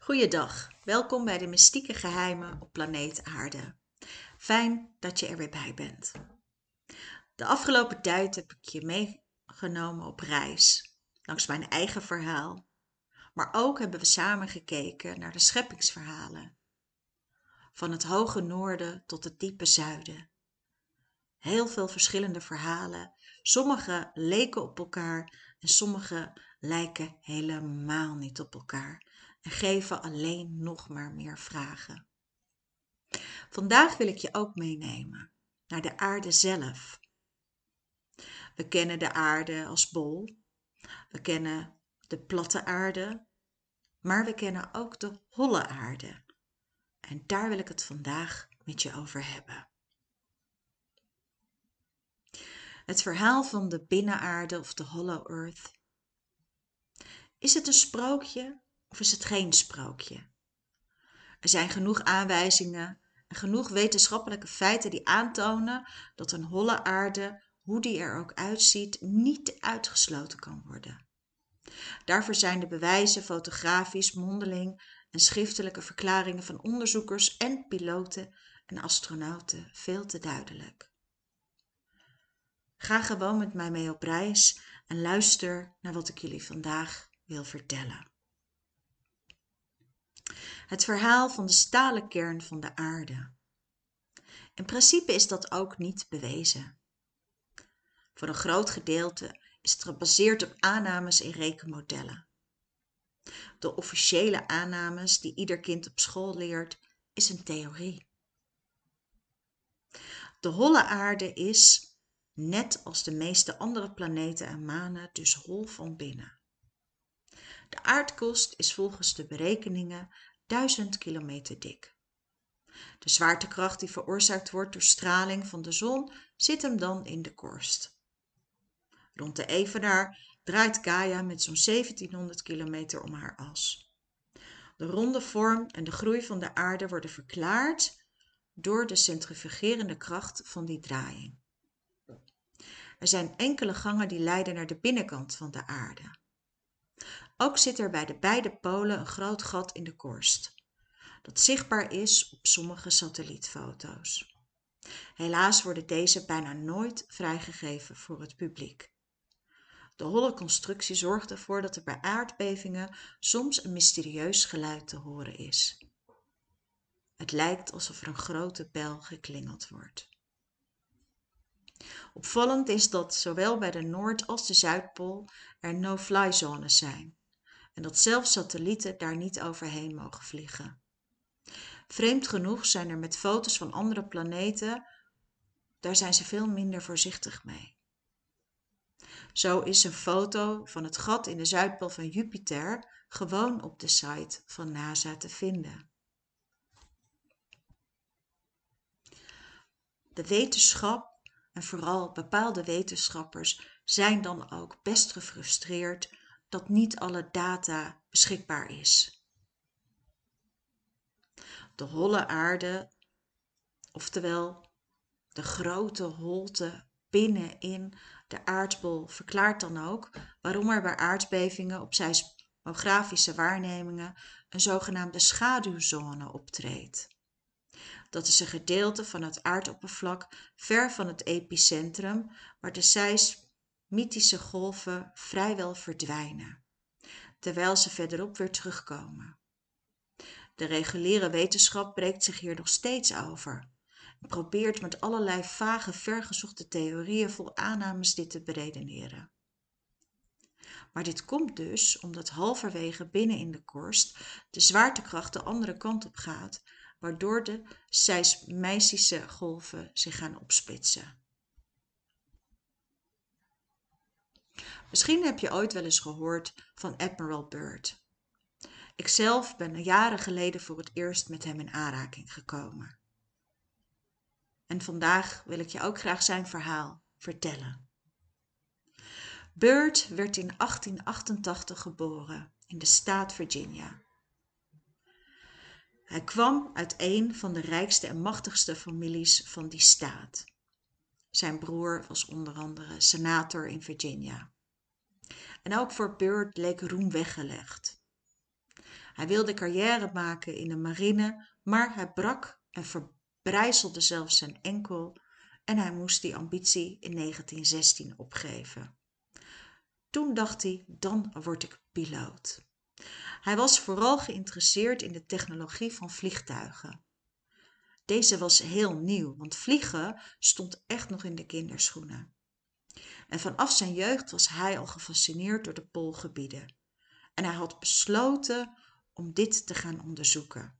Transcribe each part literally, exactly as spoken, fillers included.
Goeiedag, welkom bij de mystieke geheimen op planeet Aarde. Fijn dat je er weer bij bent. De afgelopen tijd heb ik je meegenomen op reis, langs mijn eigen verhaal. Maar ook hebben we samen gekeken naar de scheppingsverhalen. Van het hoge noorden tot het diepe zuiden. Heel veel verschillende verhalen. Sommige leken op elkaar en sommige lijken helemaal niet op elkaar. En geven alleen nog maar meer vragen. Vandaag wil ik je ook meenemen naar de aarde zelf. We kennen de aarde als bol. We kennen de platte aarde. Maar we kennen ook de holle aarde. En daar wil ik het vandaag met je over hebben. Het verhaal van de binnenaarde of de hollow earth. Is het een sprookje of is het geen sprookje? Er zijn genoeg aanwijzingen en genoeg wetenschappelijke feiten die aantonen dat een holle aarde, hoe die er ook uitziet, niet uitgesloten kan worden. Daarvoor zijn de bewijzen fotografisch, mondeling en schriftelijke verklaringen van onderzoekers en piloten en astronauten veel te duidelijk. Ga gewoon met mij mee op reis en luister naar wat ik jullie vandaag wil vertellen. Het verhaal van de stalen kern van de aarde. In principe is dat ook niet bewezen. Voor een groot gedeelte is het gebaseerd op aannames in rekenmodellen. De officiële aannames die ieder kind op school leert, is een theorie. De holle aarde is, net als de meeste andere planeten en manen, dus hol van binnen. De aardkorst is volgens de berekeningen duizend kilometer dik. De zwaartekracht die veroorzaakt wordt door straling van de zon zit hem dan in de korst. Rond de evenaar draait Gaia met zo'n zeventienhonderd kilometer om haar as. De ronde vorm en de groei van de aarde worden verklaard door de centrifugerende kracht van die draaiing. Er zijn enkele gangen die leiden naar de binnenkant van de aarde. Ook zit er bij de beide polen een groot gat in de korst, dat zichtbaar is op sommige satellietfoto's. Helaas worden deze bijna nooit vrijgegeven voor het publiek. De holle constructie zorgt ervoor dat er bij aardbevingen soms een mysterieus geluid te horen is. Het lijkt alsof er een grote bel geklingeld wordt. Opvallend is dat zowel bij de Noord- als de Zuidpool er no-fly zones zijn en dat zelfs satellieten daar niet overheen mogen vliegen. Vreemd genoeg zijn er met foto's van andere planeten, daar zijn ze veel minder voorzichtig mee. Zo is een foto van het gat in de Zuidpool van Jupiter gewoon op de site van NASA te vinden. De wetenschap en vooral bepaalde wetenschappers zijn dan ook best gefrustreerd dat niet alle data beschikbaar is. De holle aarde, oftewel de grote holte binnenin de aardbol, verklaart dan ook waarom er bij aardbevingen op seismografische waarnemingen een zogenaamde schaduwzone optreedt. Dat is een gedeelte van het aardoppervlak ver van het epicentrum waar de seismische golven vrijwel verdwijnen, terwijl ze verderop weer terugkomen. De reguliere wetenschap breekt zich hier nog steeds over en probeert met allerlei vage vergezochte theorieën vol aannames dit te beredeneren. Maar dit komt dus omdat halverwege binnen in de korst de zwaartekracht de andere kant op gaat, waardoor de seismische golven zich gaan opsplitsen. Misschien heb je ooit wel eens gehoord van Admiral Byrd. Ikzelf ben jaren geleden voor het eerst met hem in aanraking gekomen. En vandaag wil ik je ook graag zijn verhaal vertellen. Byrd werd in achttien achtentachtig geboren in de staat Virginia. Hij kwam uit een van de rijkste en machtigste families van die staat. Zijn broer was onder andere senator in Virginia. En ook voor Byrd leek roem weggelegd. Hij wilde carrière maken in de marine, maar hij brak en verbrijzelde zelfs zijn enkel en hij moest die ambitie in negentien zestien opgeven. Toen dacht hij, dan word ik piloot. Hij was vooral geïnteresseerd in de technologie van vliegtuigen. Deze was heel nieuw, want vliegen stond echt nog in de kinderschoenen. En vanaf zijn jeugd was hij al gefascineerd door de poolgebieden. En hij had besloten om dit te gaan onderzoeken.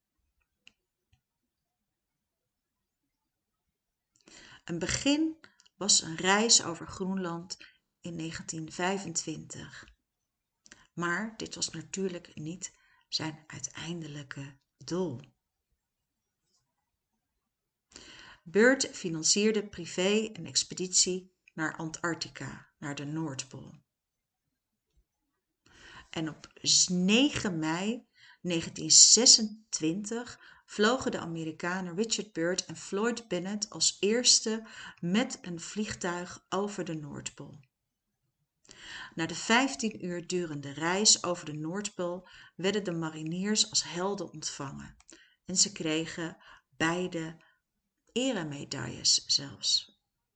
Een begin was een reis over Groenland in negentien vijfentwintig. Maar dit was natuurlijk niet zijn uiteindelijke doel. Byrd financierde privé een expeditie naar Antarctica, naar de Noordpool. En op negen mei negentien zesentwintig vlogen de Amerikanen Richard Byrd en Floyd Bennett als eerste met een vliegtuig over de Noordpool. Na de vijftien uur durende reis over de Noordpool werden de mariniers als helden ontvangen en ze kregen beide eremedailles zelfs.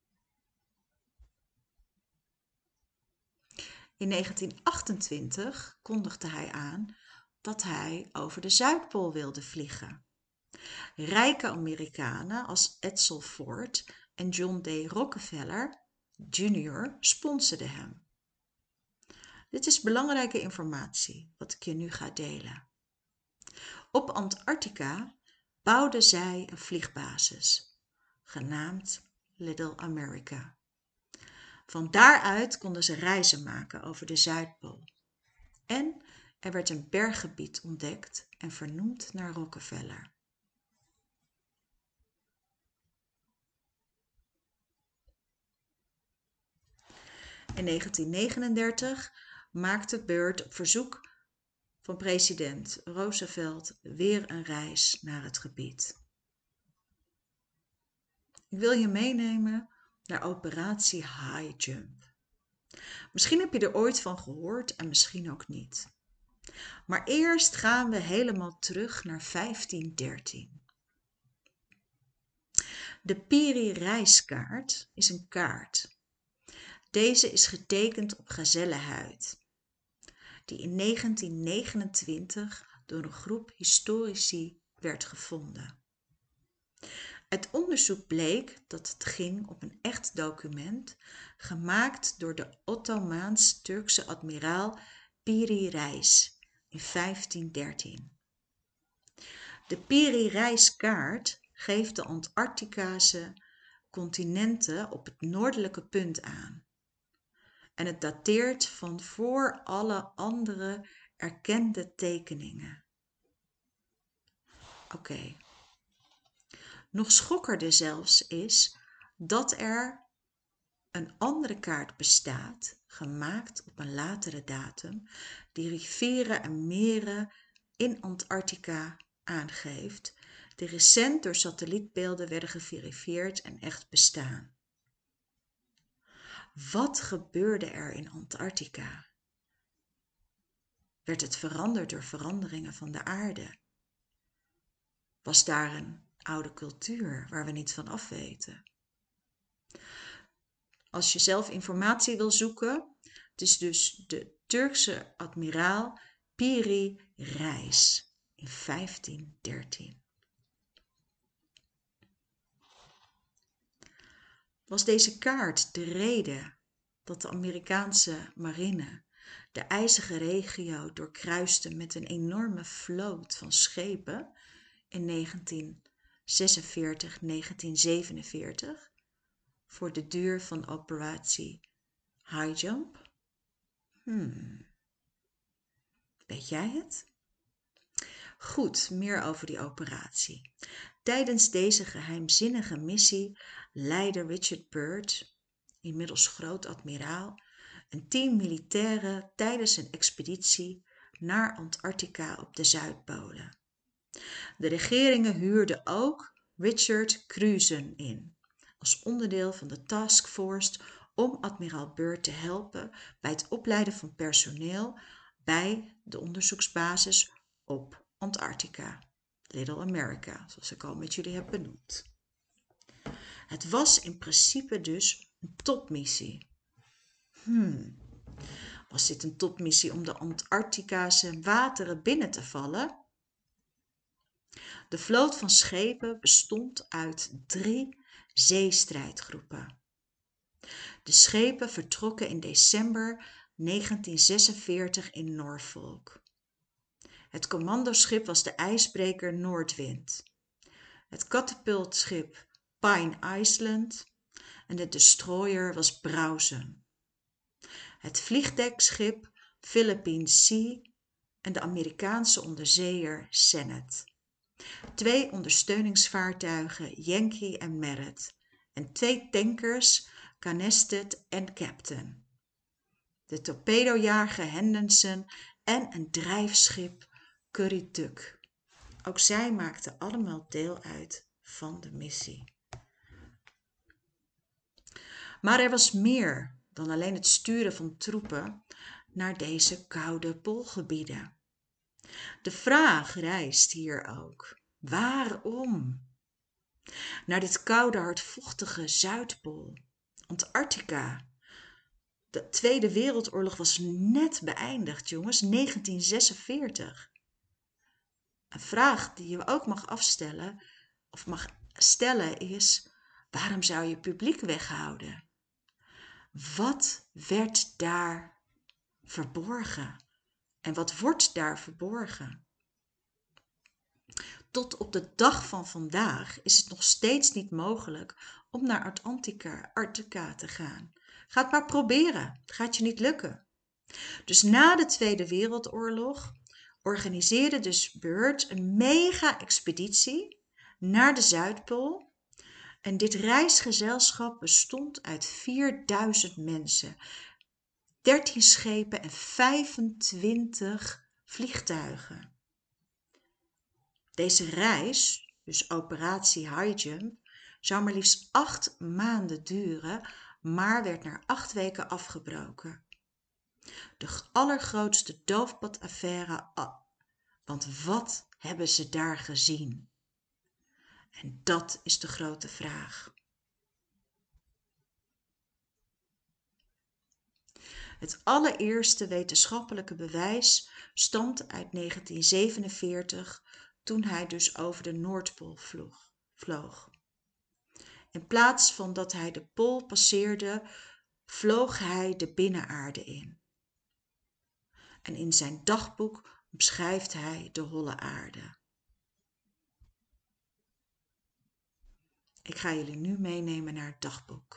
In negentien achtentwintig kondigde hij aan dat hij over de Zuidpool wilde vliegen. Rijke Amerikanen als Edsel Ford en John D. Rockefeller junior sponsoorden hem. Dit is belangrijke informatie wat ik je nu ga delen. Op Antarctica bouwden zij een vliegbasis, genaamd Little America. Van daaruit konden ze reizen maken over de Zuidpool. En er werd een berggebied ontdekt en vernoemd naar Rockefeller. In negentien negenendertig maakte Byrd op verzoek van president Roosevelt weer een reis naar het gebied. Ik wil je meenemen naar operatie High Jump. Misschien heb je er ooit van gehoord en misschien ook niet. Maar eerst gaan we helemaal terug naar vijftien dertien. De Peary-Reiskaart is een kaart. Deze is getekend op gazellenhuid, die in negentien negenentwintig door een groep historici werd gevonden. Het onderzoek bleek dat het ging om een echt document gemaakt door de Ottomaans-Turkse admiraal Piri Reis in vijftien dertien. De Piri Reiskaart geeft de Antarctische continenten op het noordelijke punt aan. En het dateert van voor alle andere erkende tekeningen. Oké. Okay. Nog schokkerder zelfs is dat er een andere kaart bestaat, gemaakt op een latere datum, die rivieren en meren in Antarctica aangeeft, die recent door satellietbeelden werden geverifieerd en echt bestaan. Wat gebeurde er in Antarctica? Werd het veranderd door veranderingen van de aarde? Was daar een oude cultuur waar we niet van af weten? Als je zelf informatie wil zoeken, het is dus de Turkse admiraal Piri Reis in vijftien dertien. Was deze kaart de reden dat de Amerikaanse marine de ijzige regio doorkruiste met een enorme vloot van schepen in negentien zesenveertig negentien zevenenveertig voor de duur van operatie High Jump? Hmm. Weet jij het? Goed, meer over die operatie. Tijdens deze geheimzinnige missie leidde Richard Byrd, inmiddels groot-admiraal, een team militairen tijdens een expeditie naar Antarctica op de Zuidpolen. De regeringen huurden ook Richard Cruzen in, als onderdeel van de taskforce om admiraal Byrd te helpen bij het opleiden van personeel bij de onderzoeksbasis op Antarctica. Little America, zoals ik al met jullie heb benoemd. Het was in principe dus een topmissie. Hmm. Was dit een topmissie om de Antarctische wateren binnen te vallen? De vloot van schepen bestond uit drie zeestrijdgroepen. De schepen vertrokken in december negentien zesenveertig in Norfolk. Het commandoschip was de ijsbreker Noordwind, het katapultschip Pine Island en de destroyer was Browsen. Het vliegdekschip Philippine Sea en de Amerikaanse onderzeeër Sennett. Twee ondersteuningsvaartuigen Yankee en Merritt en twee tankers Canested en Captain. De torpedojager Henderson en een drijfschip Currituck. Ook zij maakten allemaal deel uit van de missie. Maar er was meer dan alleen het sturen van troepen naar deze koude poolgebieden. De vraag rijst hier ook: waarom? Naar dit koude, hardvochtige Zuidpool, Antarctica. De Tweede Wereldoorlog was net beëindigd, jongens, negentien zesenveertig. Een vraag die je ook mag afstellen, of mag stellen, is: waarom zou je publiek weghouden? Wat werd daar verborgen? En wat wordt daar verborgen? Tot op de dag van vandaag is het nog steeds niet mogelijk om naar Antarctica, Antarctica te gaan. Ga het maar proberen, het gaat je niet lukken. Dus na de Tweede Wereldoorlog organiseerde dus Byrd een mega-expeditie naar de Zuidpool. En dit reisgezelschap bestond uit vierduizend mensen, dertien schepen en vijfentwintig vliegtuigen. Deze reis, dus operatie High Jump, zou maar liefst acht maanden duren, maar werd na acht weken afgebroken. De allergrootste doofpotaffaire, want wat hebben ze daar gezien? En dat is de grote vraag. Het allereerste wetenschappelijke bewijs stamt uit negentien zevenenveertig, toen hij dus over de Noordpool vloog. In plaats van dat hij de pool passeerde, vloog hij de binnenaarde in. En in zijn dagboek beschrijft hij de holle aarde. Ik ga jullie nu meenemen naar het dagboek.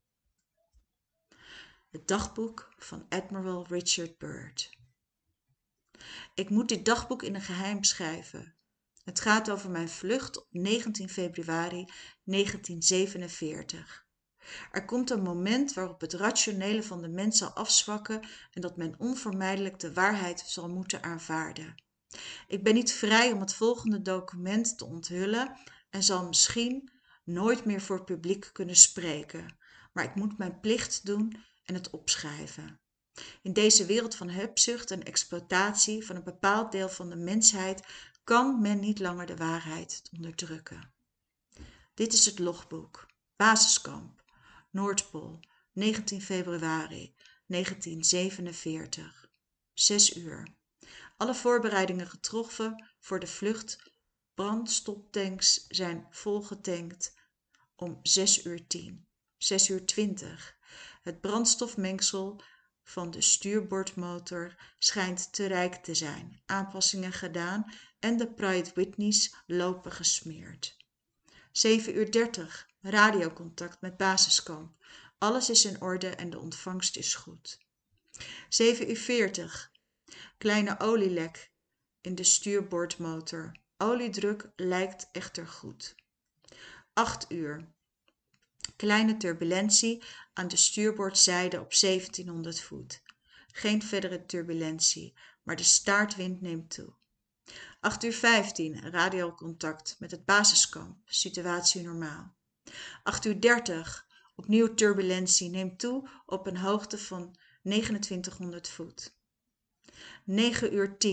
Het dagboek van Admiral Richard Byrd. Ik moet dit dagboek in een geheim schrijven. Het gaat over mijn vlucht op negentien februari negentien zevenenveertig. Er komt een moment waarop het rationele van de mens zal afzwakken en dat men onvermijdelijk de waarheid zal moeten aanvaarden. Ik ben niet vrij om het volgende document te onthullen en zal misschien nooit meer voor het publiek kunnen spreken, maar ik moet mijn plicht doen en het opschrijven. In deze wereld van hebzucht en exploitatie van een bepaald deel van de mensheid kan men niet langer de waarheid onderdrukken. Dit is het logboek. Basiskamp, Noordpool, negentien februari negentien zevenenveertig. zes uur. Alle voorbereidingen getroffen voor de vlucht. Brandstoftanks zijn volgetankt om zes uur tien. zes uur twintig. Het brandstofmengsel van de stuurboordmotor schijnt te rijk te zijn. Aanpassingen gedaan en de Pratt Whitney's lopen gesmeerd. zeven uur dertig. Radiocontact met basiskamp. Alles is in orde en de ontvangst is goed. zeven uur veertig. Kleine olielek in de stuurboordmotor. Oliedruk lijkt echter goed. acht uur. Kleine turbulentie aan de stuurboordzijde op zeventienhonderd voet. Geen verdere turbulentie, maar de staartwind neemt toe. acht uur vijftien, radiocontact met het basiskamp, situatie normaal. acht uur dertig, opnieuw turbulentie neemt toe op een hoogte van negenentwintighonderd voet. negen uur tien,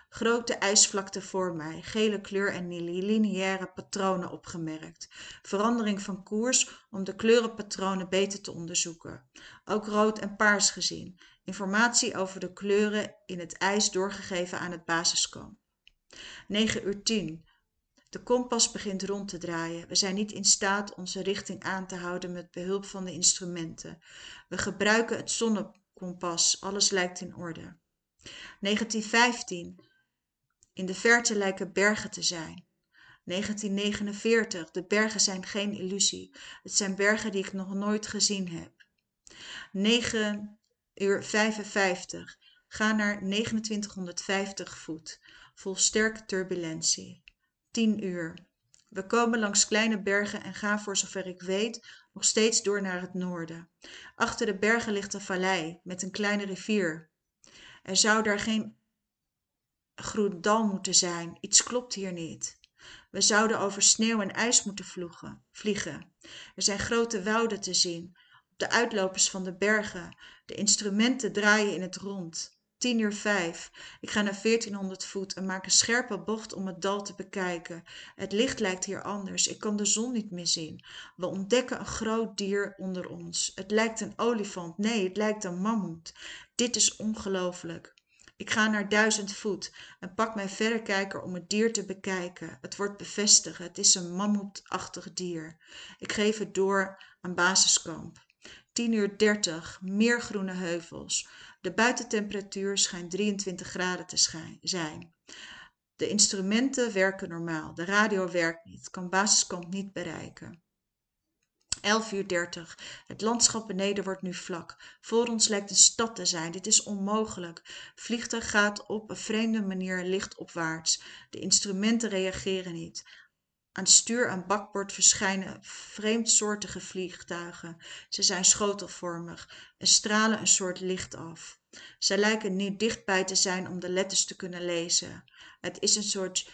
Grote ijsvlakte voor mij, gele kleur en lineaire patronen opgemerkt. Verandering van koers om de kleurenpatronen beter te onderzoeken. Ook rood en paars gezien. Informatie over de kleuren in het ijs doorgegeven aan het basiskamp. negen uur tien. De kompas begint rond te draaien. We zijn niet in staat onze richting aan te houden met behulp van de instrumenten. We gebruiken het zonnekompas. Alles lijkt in orde. negentien vijftien. In de verte lijken bergen te zijn. negentien negenenveertig. De bergen zijn geen illusie. Het zijn bergen die ik nog nooit gezien heb. negen uur vijfenvijftig. Ga naar negenentwintighonderdvijftig voet. Vol sterke turbulentie. tien uur. We komen langs kleine bergen en gaan voor zover ik weet nog steeds door naar het noorden. Achter de bergen ligt een vallei met een kleine rivier. Er zou daar geen groen dal moeten zijn. Iets klopt hier niet. We zouden over sneeuw en ijs moeten vloegen, vliegen. Er zijn grote wouden te zien. Op de uitlopers van de bergen. De instrumenten draaien in het rond. tien uur vijf. Ik ga naar veertienhonderd voet en maak een scherpe bocht om het dal te bekijken. Het licht lijkt hier anders. Ik kan de zon niet meer zien. We ontdekken een groot dier onder ons. Het lijkt een olifant. Nee, het lijkt een mammoet. Dit is ongelooflijk. Ik ga naar duizend voet en pak mijn verrekijker om het dier te bekijken. Het wordt bevestigd. Het is een mammoetachtig dier. Ik geef het door aan basiskamp. tien uur dertig. Meer groene heuvels. De buitentemperatuur schijnt drieëntwintig graden te zijn. De instrumenten werken normaal. De radio werkt niet. Kan basiskamp niet bereiken. elf uur dertig. Het landschap beneden wordt nu vlak. Voor ons lijkt een stad te zijn. Dit is onmogelijk. Vliegtuig gaat op een vreemde manier lichtopwaarts. De instrumenten reageren niet. Aan stuur en bakbord verschijnen vreemdsoortige vliegtuigen. Ze zijn schotelvormig en stralen een soort licht af. Zij lijken niet dichtbij te zijn om de letters te kunnen lezen. Het is een soort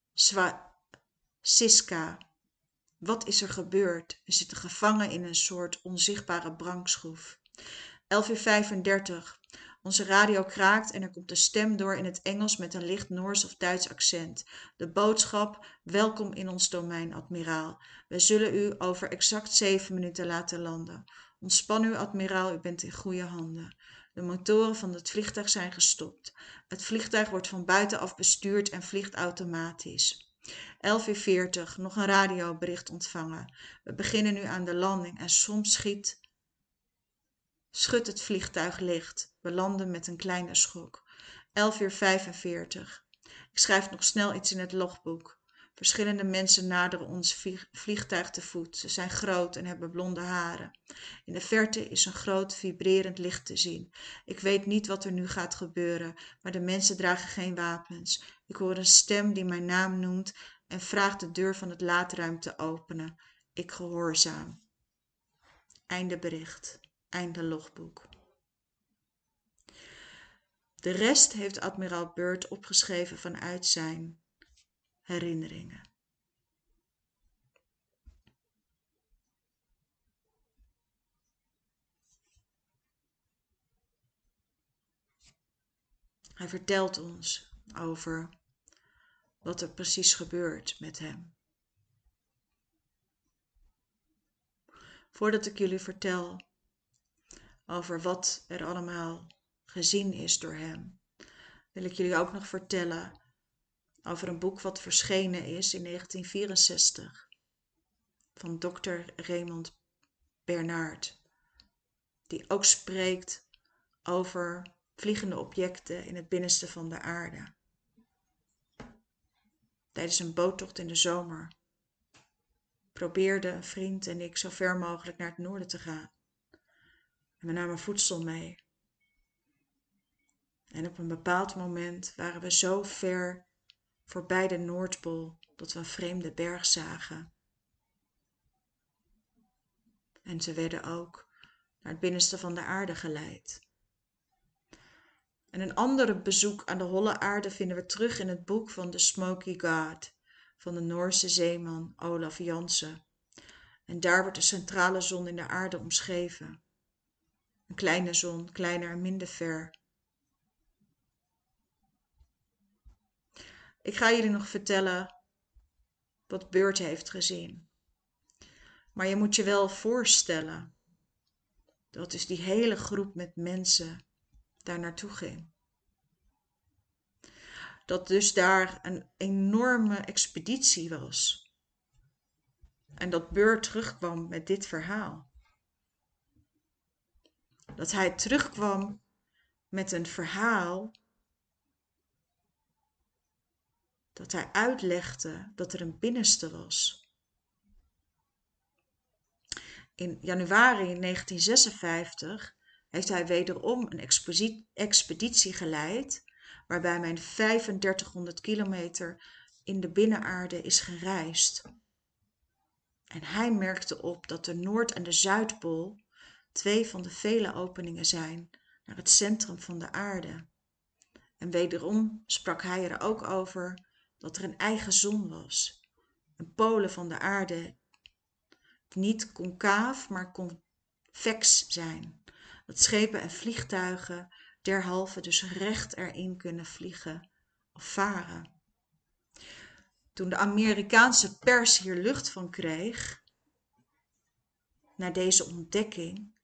Siska. Wat is er gebeurd? We zitten gevangen in een soort onzichtbare brankschroef. elf uur vijfendertig. Onze radio kraakt en er komt een stem door in het Engels met een licht Noors of Duits accent. De boodschap: welkom in ons domein, admiraal. We zullen u over exact zeven minuten laten landen. Ontspan u, admiraal, u bent in goede handen. De motoren van het vliegtuig zijn gestopt. Het vliegtuig wordt van buitenaf bestuurd en vliegt automatisch. elf uur veertig, nog een radiobericht ontvangen. We beginnen nu aan de landing en soms schiet, schudt het vliegtuig licht. We landen met een kleine schok. elf uur vijfenveertig. Ik schrijf nog snel iets in het logboek. Verschillende mensen naderen ons vliegtuig te voet. Ze zijn groot en hebben blonde haren. In de verte is een groot vibrerend licht te zien. Ik weet niet wat er nu gaat gebeuren, maar de mensen dragen geen wapens. Ik hoor een stem die mijn naam noemt en vraagt de deur van het laadruim te openen. Ik gehoorzaam. Einde bericht. Einde logboek. De rest heeft admiraal Byrd opgeschreven vanuit zijn herinneringen. Hij vertelt ons over wat er precies gebeurt met hem. Voordat ik jullie vertel over wat er allemaal gezien is door hem, wil ik jullie ook nog vertellen over een boek wat verschenen is in negentien vierenzestig van dokter Raymond Bernard, die ook spreekt over vliegende objecten in het binnenste van de aarde. Tijdens een boottocht in de zomer probeerden een vriend en ik zo ver mogelijk naar het noorden te gaan. En we namen voedsel mee. En op een bepaald moment waren we zo ver voorbij de Noordpool dat we een vreemde berg zagen. En ze werden ook naar het binnenste van de aarde geleid. En een ander bezoek aan de holle aarde vinden we terug in het boek van The Smoky God van de Noorse zeeman Olaf Jansen. En daar wordt de centrale zon in de aarde omschreven. Een kleine zon, kleiner en minder ver. Ik ga jullie nog vertellen wat Burt heeft gezien. Maar je moet je wel voorstellen dat dus die hele groep met mensen daar naartoe ging. Dat dus daar een enorme expeditie was. En dat Burt terugkwam met dit verhaal. Dat hij terugkwam met een verhaal dat hij uitlegde dat er een binnenste was. In januari negentien zesenvijftig heeft hij wederom een expeditie geleid, waarbij men vijfendertighonderd kilometer in de binnenaarde is gereisd. En hij merkte op dat de Noord- en de Zuidpool twee van de vele openingen zijn naar het centrum van de aarde. En wederom sprak hij er ook over dat er een eigen zon was. Een polen van de aarde die niet concaaf, maar convex zijn. Dat schepen en vliegtuigen derhalve dus recht erin kunnen vliegen of varen. Toen de Amerikaanse pers hier lucht van kreeg, na deze ontdekking,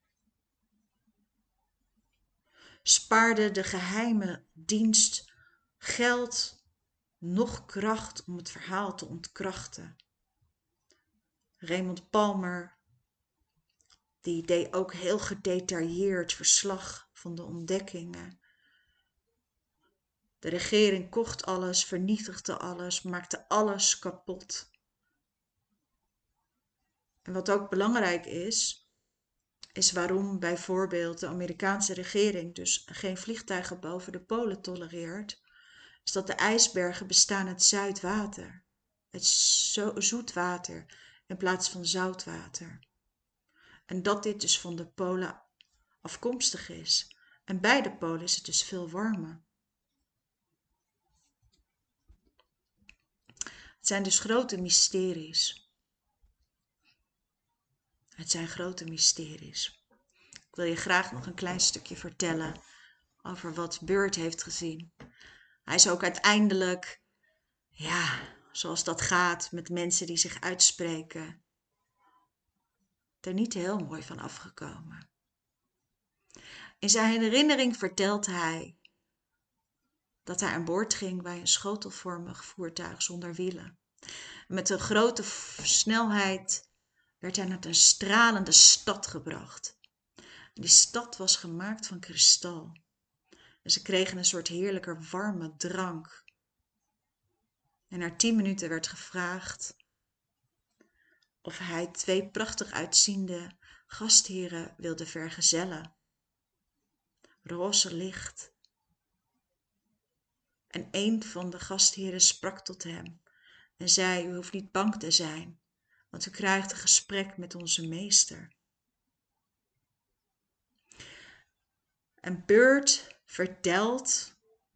spaarde de geheime dienst geld noch kracht om het verhaal te ontkrachten. Raymond Palmer, die deed ook heel gedetailleerd verslag van de ontdekkingen. De regering kocht alles, vernietigde alles, maakte alles kapot. En wat ook belangrijk is, is waarom bijvoorbeeld de Amerikaanse regering dus geen vliegtuigen boven de Polen tolereert, is dat de ijsbergen bestaan uit zoutwater. Het zo- zoetwater in plaats van zoutwater. En dat dit dus van de Polen afkomstig is. En bij de Polen is het dus veel warmer. Het zijn dus grote mysteries. Het zijn grote mysteries. Ik wil je graag nog een klein stukje vertellen over wat Burt heeft gezien. Hij is ook uiteindelijk, ja, zoals dat gaat met mensen die zich uitspreken, er niet heel mooi van afgekomen. In zijn herinnering vertelt hij dat hij aan boord ging bij een schotelvormig voertuig zonder wielen. Met een grote snelheid werd hij naar een stralende stad gebracht. Die stad was gemaakt van kristal. En ze kregen een soort heerlijke warme drank. En na tien minuten werd gevraagd of hij twee prachtig uitziende gastheren wilde vergezellen. Roze licht. En een van de gastheren sprak tot hem en zei: u hoeft niet bang te zijn, want u krijgt een gesprek met onze meester. En Burt vertelt,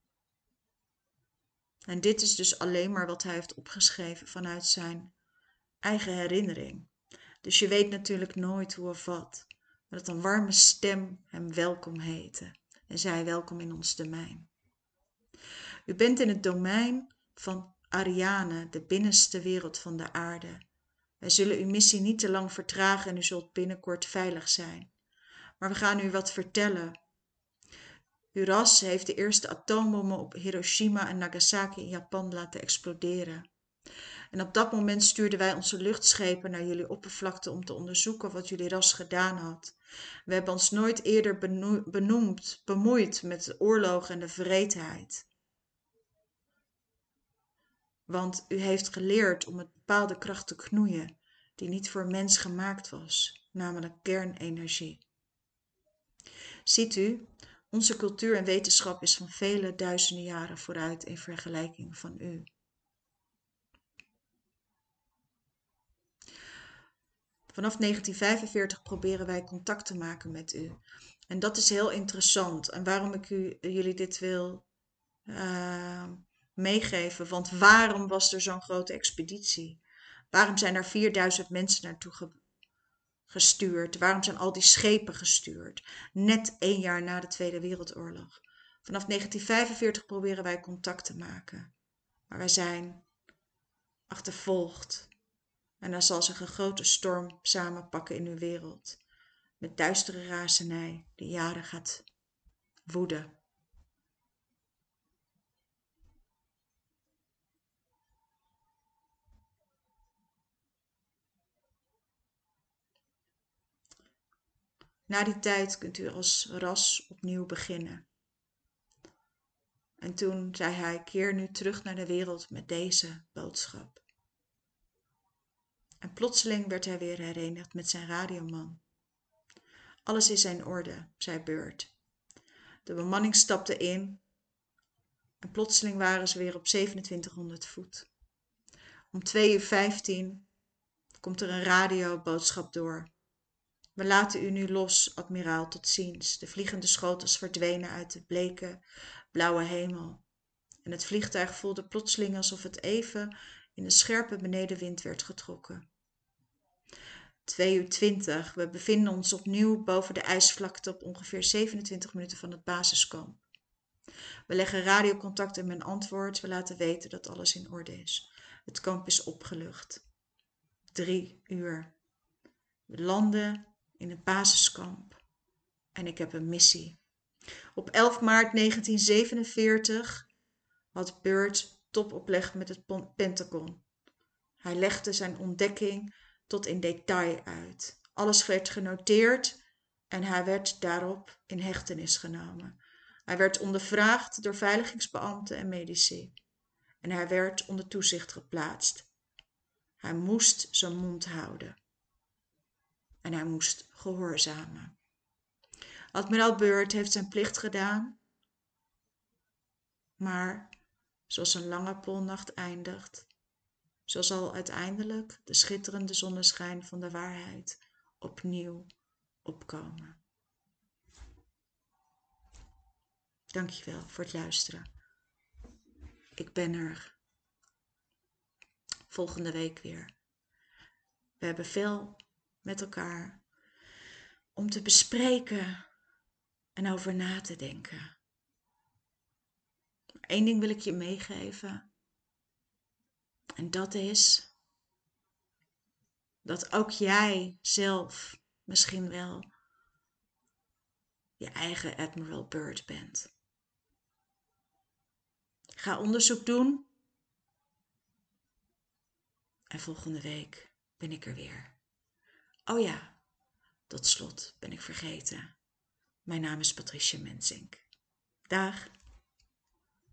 en dit is dus alleen maar wat hij heeft opgeschreven vanuit zijn eigen herinnering. Dus je weet natuurlijk nooit hoe of wat, maar dat een warme stem hem welkom heette en zei: welkom in ons domein. U bent in het domein van Ariane, de binnenste wereld van de aarde. Wij zullen uw missie niet te lang vertragen en u zult binnenkort veilig zijn. Maar we gaan u wat vertellen. Uw ras heeft de eerste atoombommen op Hiroshima en Nagasaki in Japan laten exploderen. En op dat moment stuurden wij onze luchtschepen naar jullie oppervlakte om te onderzoeken wat jullie ras gedaan had. We hebben ons nooit eerder benoemd, bemoeid met de oorlog en de wreedheid. Want u heeft geleerd om met bepaalde kracht te knoeien die niet voor mens gemaakt was, namelijk kernenergie. Ziet u, onze cultuur en wetenschap is van vele duizenden jaren vooruit in vergelijking van u. Vanaf negentien vijfenveertig proberen wij contact te maken met u. En dat is heel interessant. En waarom ik u, jullie dit wil uh, meegeven. Want waarom was er zo'n grote expeditie? Waarom zijn er vierduizend mensen naartoe ge- gestuurd? Waarom zijn al die schepen gestuurd? Net één jaar na de Tweede Wereldoorlog. Vanaf negentien vijfenveertig proberen wij contact te maken. Maar wij zijn achtervolgd. En er zal zich een grote storm samenpakken in uw wereld. Met duistere razernij die jaren gaat woeden. Na die tijd kunt u als ras opnieuw beginnen. En toen zei hij, keer nu terug naar de wereld met deze boodschap. En plotseling werd hij weer herenigd met zijn radioman. Alles is in orde, zei Bert. De bemanning stapte in en plotseling waren ze weer op zevenentwintighonderd voet. Om twee uur vijftien komt er een radioboodschap door. We laten u nu los, admiraal, tot ziens. De vliegende schotels verdwenen uit de bleke, blauwe hemel. En het vliegtuig voelde plotseling alsof het even in de scherpe benedenwind werd getrokken. twee uur twintig, we bevinden ons opnieuw boven de ijsvlakte op ongeveer zevenentwintig minuten van het basiskamp. We leggen radiocontact en men antwoordt, we laten weten dat alles in orde is. Het kamp is opgelucht. Drie uur. We landen in het basiskamp en ik heb een missie. Op elf maart negentien zevenenveertig had Bert topopleg met het Pentagon. Hij legde zijn ontdekking tot in detail uit. Alles werd genoteerd en hij werd daarop in hechtenis genomen. Hij werd ondervraagd door veiligheidsbeambten en medici. En hij werd onder toezicht geplaatst. Hij moest zijn mond houden. En hij moest gehoorzamen. Admiraal Byrd heeft zijn plicht gedaan. Maar zoals een lange poolnacht eindigt, zo zal uiteindelijk de schitterende zonneschijn van de waarheid opnieuw opkomen. Dankjewel voor het luisteren. Ik ben er volgende week weer. We hebben veel met elkaar om te bespreken en over na te denken. Eén ding wil ik je meegeven. En dat is dat ook jij zelf misschien wel je eigen Admiral Byrd bent. Ga onderzoek doen. En volgende week ben ik er weer. Oh ja, tot slot ben ik vergeten. Mijn naam is Patricia Mensink. Dag.